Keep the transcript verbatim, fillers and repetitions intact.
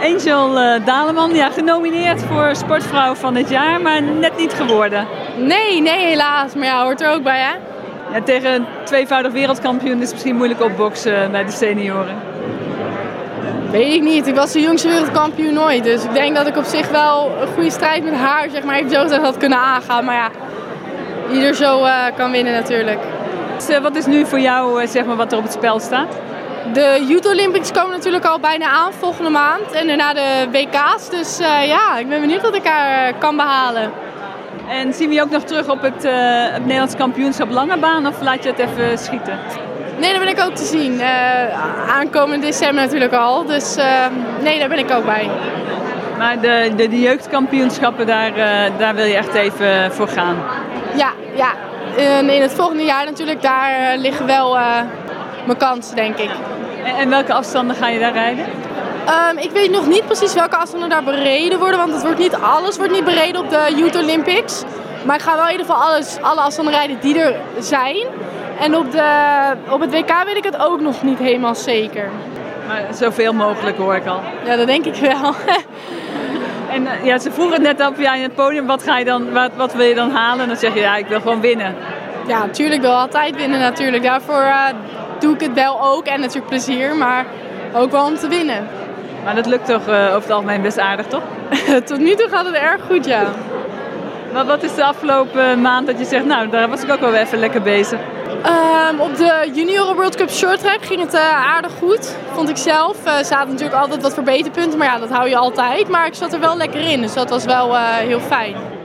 Angel uh, Daleman, ja, genomineerd voor Sportvrouw van het jaar, maar net niet geworden. Nee, nee helaas. Maar ja, hoort er ook bij hè? Ja, tegen een tweevoudig wereldkampioen is het misschien moeilijk opboksen bij de senioren. Weet ik niet. Ik was de jongste wereldkampioen nooit. Dus ik denk dat ik op zich wel een goede strijd met haar, zeg maar, even zo gezegd had kunnen aangaan. Maar ja, ieder zo uh, kan winnen natuurlijk. Dus, uh, wat is nu voor jou uh, zeg maar, wat er op het spel staat? De Youth Olympics komen natuurlijk al bijna aan volgende maand. En daarna de W K's. Dus uh, ja, ik ben benieuwd wat ik haar uh, kan behalen. En zien we je ook nog terug op het, uh, het Nederlands kampioenschap lange baan of laat je het even schieten? Nee, daar ben ik ook te zien. Uh, aankomend december natuurlijk al. Dus uh, nee, daar ben ik ook bij. Maar de, de, de jeugdkampioenschappen, daar, uh, daar wil je echt even voor gaan? Ja, ja. In, in het volgende jaar natuurlijk, daar uh, liggen wel uh, mijn kansen, denk ik. En, en welke afstanden ga je daar rijden? Um, ik weet nog niet precies welke afstanden daar bereden worden, want het wordt niet, alles wordt niet bereden op de Youth Olympics. Maar ik ga wel in ieder geval alles, alle afstanden rijden die er zijn. En op, de, op het W K weet ik het ook nog niet helemaal zeker. Maar zoveel mogelijk hoor ik al. Ja, dat denk ik wel. En uh, ja, ze vroegen het net op ja, in het podium, wat, ga je dan, wat, wat wil je dan halen? En dan zeg je, ja, ik wil gewoon winnen. Ja, natuurlijk wil altijd winnen natuurlijk. Daarvoor uh, doe ik het wel ook en natuurlijk plezier, maar ook wel om te winnen. Maar dat lukt toch uh, over het algemeen best aardig, toch? Tot nu toe gaat het erg goed, ja. Maar wat is de afgelopen maand dat je zegt, nou, daar was ik ook wel even lekker bezig? Um, op de Junioren World Cup Short Track ging het uh, aardig goed, vond ik zelf. Er uh, zaten natuurlijk altijd wat verbeterpunten, maar ja, dat hou je altijd. Maar ik zat er wel lekker in, dus dat was wel uh, heel fijn.